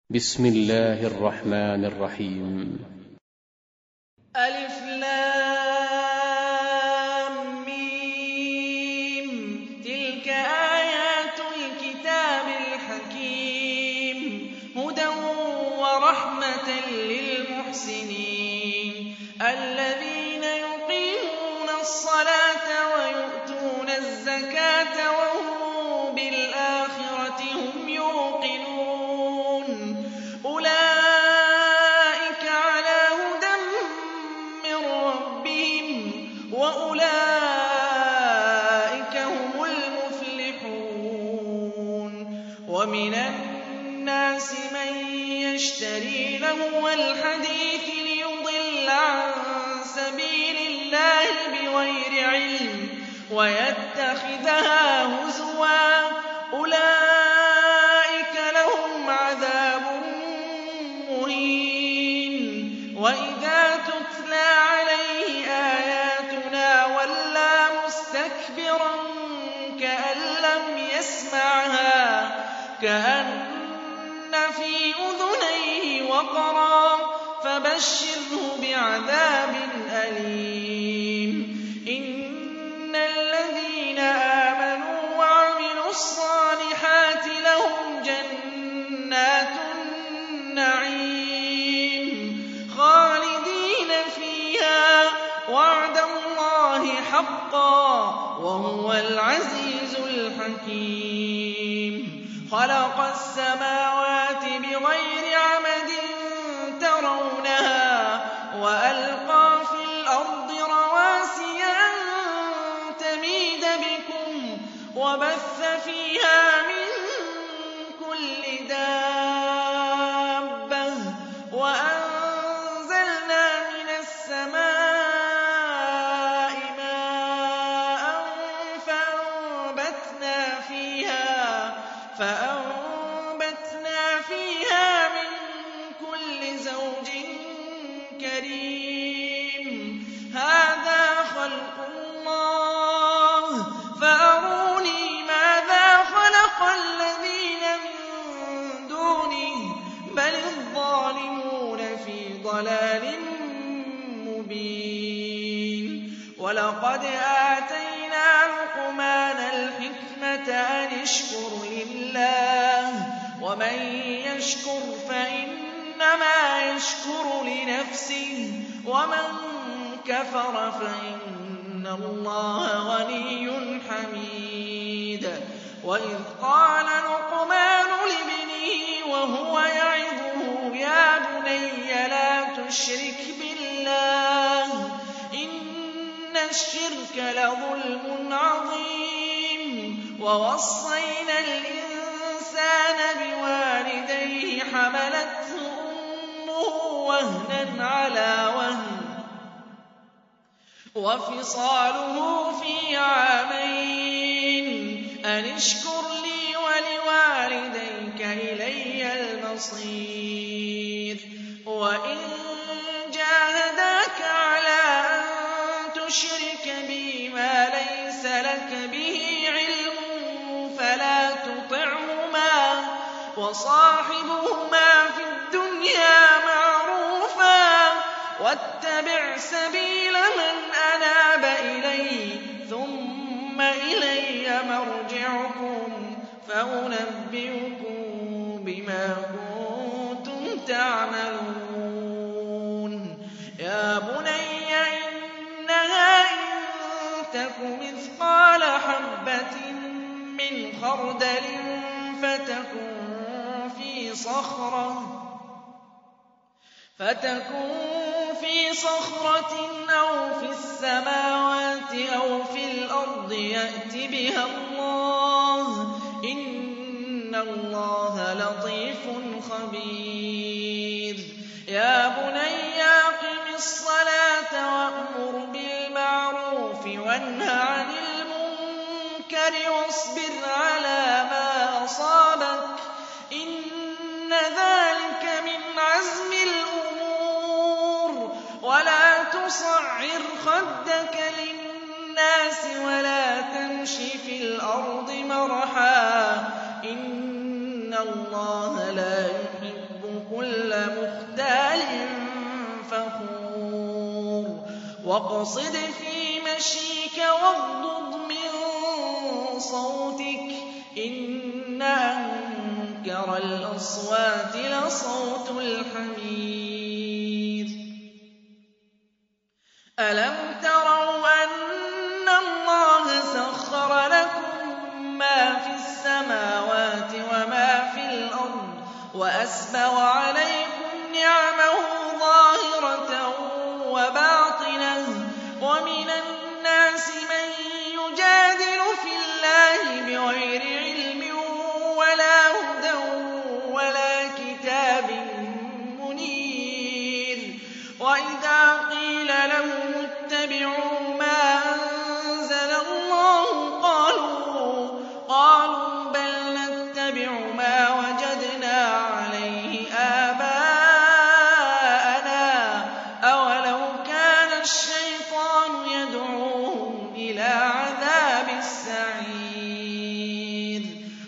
بسم الله الرحمن الرحيم. ألف لام ميم. تلك آيات الكتاب الحكيم هدى ورحمة للمحسنين الذين يقيمون الصلاة ويؤتون الزكاة وهم بالآخرة هم يوقنون أولئك على هدى من ربهم وأولئك هم المفلحون ومن الناس من يشتري لهو الحديث ليضل عن سبيل الله بغير علم ويتخذها هزوا أولئك لهم عذاب مهين وإذا تتلى عليه آياتنا ولى مستكبرا كأن لم يسمعها كأن في أذنيه وقرا فبشره بعذاب أليم إن الذين آمنوا وعملوا الصالحات لهم جنات النعيم خالدين فيها وعد الله حقا وهو العزيز الحكيم خلق السماوات بغير عمد ترونها وألقى في الأرض رواسي أن تميد بكم وبث فيها من كل دابة وأنزلنا من السماء ماء فأنبتنا فيها من كل زوج كريم هذا خلق الله فأروني ماذا خلق الذين من دونه بل الظالمون في ضلال مبين ولقد آتينا لقمان الحكمة أن اشكر لله ومن يشكر فإنما يشكر لنفسه ومن كفر فإن الله غني حميد وإذ قال لقمان لابنه وهو يعظه يا بني لا تشرك بالله إن الشرك لظلم عظيم ووصينا الإنسان بوالديه حملته أمه وهنا على وهن وفصاله في عامين أن اشكر لي ولوالديك إلي المصير وإن جاهداك على أن تشرك بي ما ليس لك به علم فلا تطعهما وصاحبهما في الدنيا معروفا واتبع سبيل من أناب إلي ثم إلي مرجعكم فأنبئكم بما كنتم تعملون يا بني إنها إن تك مثقال حبة من خردل فتكن في صخرة أو في السماوات أو في الأرض يأت بها الله إن الله لطيف خبير يا بني أقم الصلاة وأمر بالمعروف وانه عن المنكر واصبر على ما أصابك إن ذلك من عزم الأمور ولا تصعر خدك للناس ولا تمش في الأرض مرحا إن الله لا يحب وَاقْصِدْ فِي مَشْيِكَ وَاغْضُضْ مِن صَوْتِكَ ۚ إِنَّ أَنكَرَ الْأَصْوَاتِ لَصَوْتُ الْحَمِيرِ. أَلَمْ تَرَوْا أَنَّ اللَّهَ سَخَّرَ لَكُم مَّا فِي السَّمَاوَاتِ وَمَا فِي الْأَرْضِ وَأَسْبَغَ عَلَيْكُمْ نِعَمَهُ ظَاهِرَةً وَبَاطِنَةً ۗ وَمِنَ النَّاسِ مَن يُجَادِلُ فِي اللَّهِ بِغَيْرِ عِلْمٍ وَلَا هُدًى وَلَا كِتَابٍ مُّنِيرٍ. وَإِذَا قِيلَ لَهُمُ اتَّبِعُوا مَا أَنزَلَ اللَّهُ قَالُوا بَلْ نَتَّبِعُ مَا وَجَدْنَا عَلَيْهِ آبَاءَنَا ۚ أَوَلَوْ كَانَ الشَّيْطَانُ يَدْعُوهُمْ إِلَىٰ عَذَابِ السَّعِيرِ.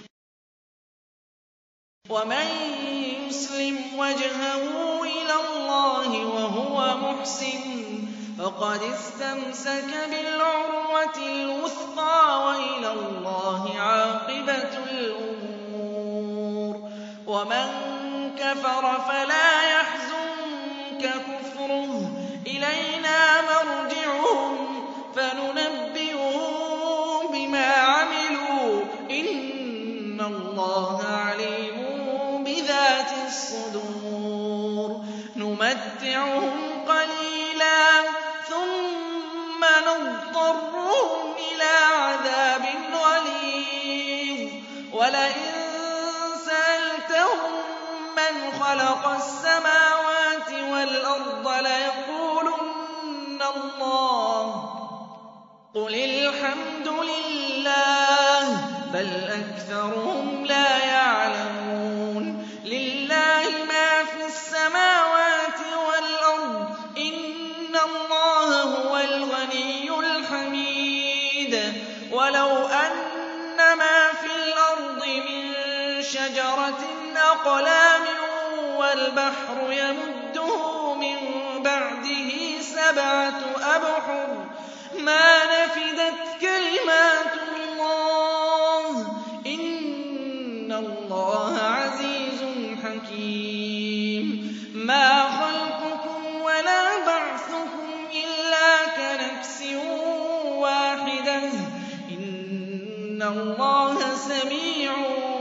وَمَن يُسْلِمْ وَجْهَهُ إِلَى اللَّهِ وَهُوَ مُحْسِنٌ فَقَدِ اسْتَمْسَكَ بِالْعُرْوَةِ الْوُثْقَىٰ ۗ وَإِلَى اللَّهِ عَاقِبَةُ الْأُمُورِ. وَمَن كَفَرَ فَلَا يَحْزُنكَ كُفْرُهُ ۚ إِلَيْنَا مَرْجِعُهُمْ فَنُنَبِّئُهُم بِمَا عَمِلُوا ۚ إِنَّ اللَّهَ عَلِيمٌ بِذَاتِ الصُّدُورِ. نُمَتِّعُهُمْ قَلِيلًا ثُمَّ نَضْطَرُّهُمْ إِلَىٰ عَذَابٍ غَلِيظٍ. وَلَئِن سَأَلْتَهُم مَّنْ خَلَقَ السَّمَاوَاتِ وَالْأَرْضَ لَيَقُولُنَّ اللَّهُ ۚ قُلِ الْحَمْدُ لِلَّهِ ۚ بَلْ أَكْثَرُهُمْ لَا يَعْلَمُونَ. لِلَّهِ مَا فِي السَّمَاوَاتِ وَالْأَرْضِ ۚ إِنَّ اللَّهَ هُوَ الْغَنِيُّ الْحَمِيدُ. وَلَوْ أَنَّ مَا في الْأَرْضِ مِن شَجَرَةٍ أَقْلَامٌ وَالْبَحْرُ يَمُدُّهُ مِن بَعْدِهِ 7 أَبْحُرٍ مَّا نَفِدَتْ كَلِمَاتُ اللَّهِ ۗ إِنَّ اللَّهَ عَزِيزٌ حَكِيمٌ. مَا خَلْقُكُمْ وَلَا بَعْثُكُمْ إِلَّا كَنَفْسٍ وَاحِدَةٍ ۗ إِنَّ اللَّهَ سَمِيعٌ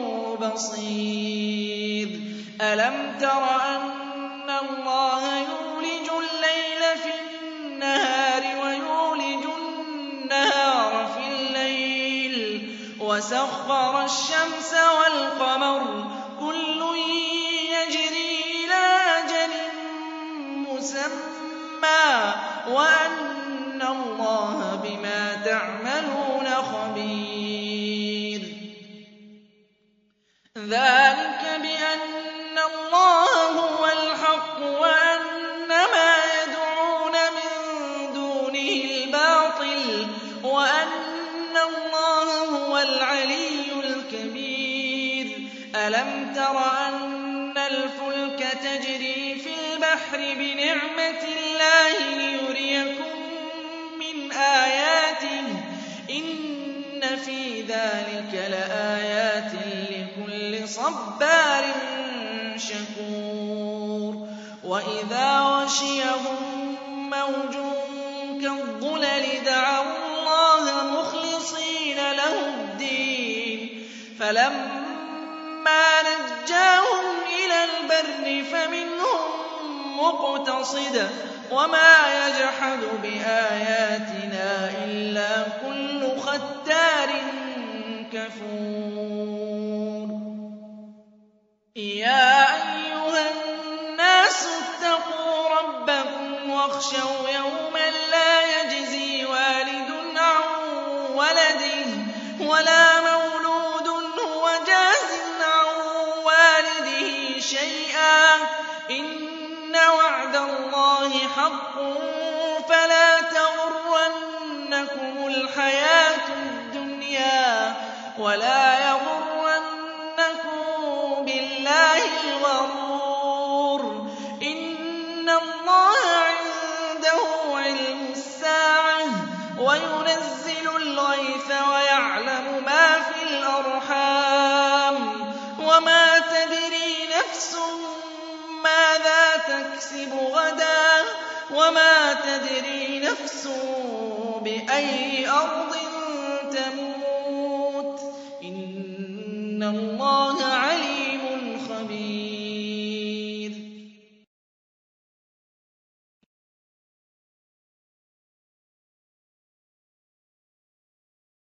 بَصِيرٌ. أَلَمْ تَرَ أَنَّ اللَّهَ يُولِجُ اللَّيْلَ فِي النَّهَارِ وَيُولِجُ النَّهَارَ فِي اللَّيْلِ وَسَخَّرَ الشَّمْسَ وَالْقَمَرَ ۖ كُلٌّ يَجْرِي إِلَىٰ أَجَلٍ مُّسَمًّى ۗ وَأَنَّ اللَّهَ بِمَا تَعْمَلُونَ خَبِيرٌ. ذَٰلِكَ بِأَنَّ اللَّهَ هُوَ الْحَقُّ وَأَنَّ مَا يَدْعُونَ مِن دُونِهِ الْبَاطِلُ وَأَنَّ اللَّهَ هُوَ الْعَلِيُّ الْكَبِيرُ. أَلَمْ تَرَ أَنَّ الْفُلْكَ تَجْرِي فِي الْبَحْرِ بِنِعْمَتِ اللَّهِ لِيُرِيَكُم مِّنْ آيَاتِهِ ۚ إِنَّ فِي ذَٰلِكَ لَآيَاتٍ لِّكُلِّ صَبَّارٍ شَكُورٍ. وَإِذَا غَشِيَهُم مَّوْجٌ كَالظُّلَلِ دَعَوُا اللَّهَ مُخْلِصِينَ لَهُ الدِّينَ فَلَمَّا نَجَّاهُمْ إِلَى الْبَرِّ فَمِنْهُم مُّقْتَصِدٌ ۚ وَمَا يَجْحَدُ بِآيَاتِنَا إِلَّا كُلُّ خَتَّارٍ كَفُورٍ. يَا أَيُّهَا النَّاسُ اتَّقُوا رَبَّكُمْ وَاخْشَوْا يَوْمًا لَّا يَجْزِي وَالِدٌ عَن وَلَدِهِ وَلَا مَوْلُودٌ هُوَ جَازٍ عَن وَالِدِهِ شَيْئًا ۚ إِنَّ وَعْدَ اللَّهِ حَقٌّ فَلَا تَغُرَّنَّكُمُ الْحَيَاةُ الدُّنْيَا وَلَا يَغُرَّنَّكُم بِاللَّهِ الْغَرُورُ. إِنَّ اللَّهَ عِندَهُ عِلْمُ السَّاعَةِ نَفْسٌ مَّاذَا تَكْسِبُ غَدًا وَمَا تَدْرِي نَفْسٌ بِأَيِّ أَرْضٍ تَمُوتُ